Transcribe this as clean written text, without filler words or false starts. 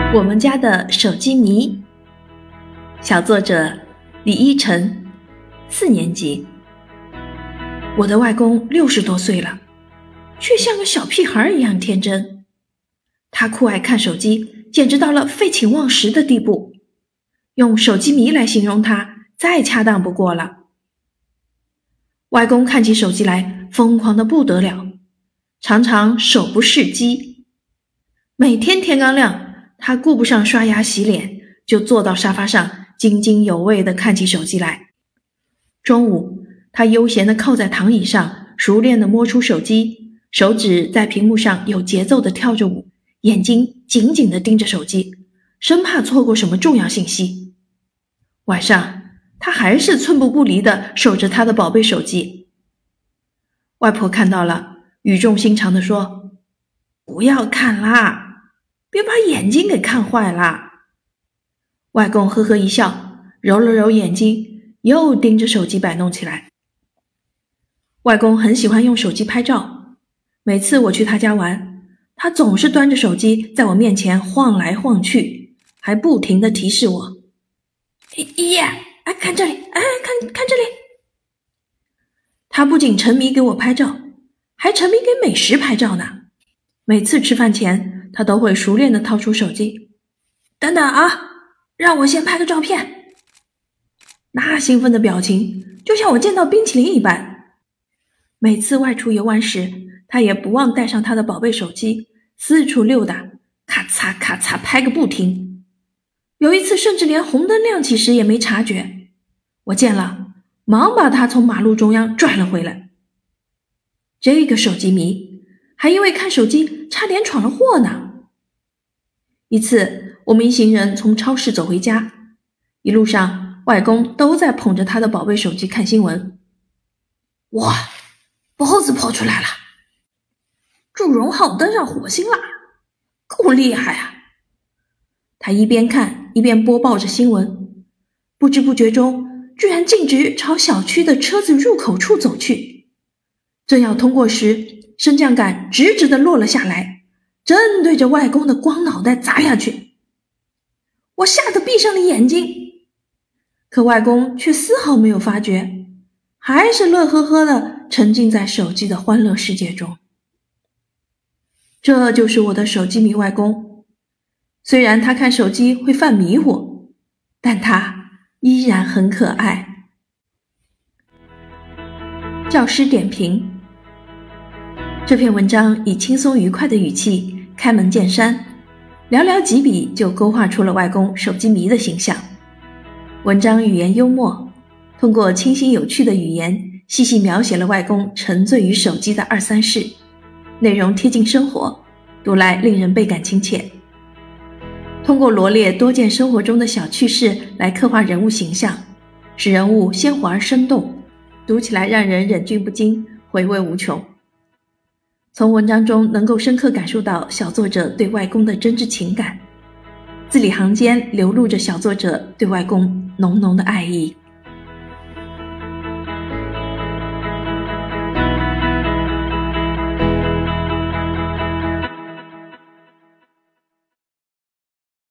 我们家的手机谜，小作者李依晨，4年级。我的外公60多岁了，却像个小屁孩一样天真。他酷爱看手机，简直到了废寝忘食的地步。用手机迷来形容他，再恰当不过了。外公看起手机来疯狂得不得了，常常手不释机。每天天刚亮，他顾不上刷牙洗脸，就坐到沙发上津津有味地看起手机来。中午，他悠闲地靠在躺椅上，熟练地摸出手机，手指在屏幕上有节奏地跳着舞，眼睛紧紧地盯着手机，生怕错过什么重要信息。晚上，他还是寸步不离地守着他的宝贝手机。外婆看到了，语重心长地说：“不要看啦，别把眼睛给看坏啦。”外公呵呵一笑，揉了揉眼睛，又盯着手机摆弄起来。外公很喜欢用手机拍照，每次我去他家玩，他总是端着手机在我面前晃来晃去，还不停地提示我：“爷，看这里，看这里。”他不仅沉迷给我拍照，还沉迷给美食拍照呢。每次吃饭前，他都会熟练地掏出手机，等等啊，让我先拍个照片。那兴奋的表情就像我见到冰淇淋一般。每次外出游玩时，他也不忘带上他的宝贝手机，四处溜达，咔嚓咔嚓拍个不停。有一次甚至连红灯亮起时也没察觉，我见了，忙把他从马路中央拽了回来。这个手机迷还因为看手机差点闯了祸呢。一次，我们一行人从超市走回家，一路上外公都在捧着他的宝贝手机看新闻。哇，包子跑出来了，祝融号登上火星了，够厉害啊！他一边看一边播报着新闻，不知不觉中居然径直朝小区的车子入口处走去。正要通过时，升降杆直直地落了下来，正对着外公的光脑袋砸下去。我吓得闭上了眼睛，可外公却丝毫没有发觉，还是乐呵呵地沉浸在手机的欢乐世界中。这就是我的手机迷外公，虽然他看手机会犯迷糊，但他依然很可爱。教师点评：这篇文章以轻松愉快的语气开门见山，寥寥几笔就勾画出了外公手机迷的形象。文章语言幽默，通过清新有趣的语言细细描写了外公沉醉于手机的二三事，内容贴近生活，读来令人倍感亲切。通过罗列多件生活中的小趣事来刻画人物形象，使人物鲜活而生动，读起来让人忍俊不禁，回味无穷。从文章中能够深刻感受到小作者对外公的真挚情感，字里行间流露着小作者对外公浓浓的爱意。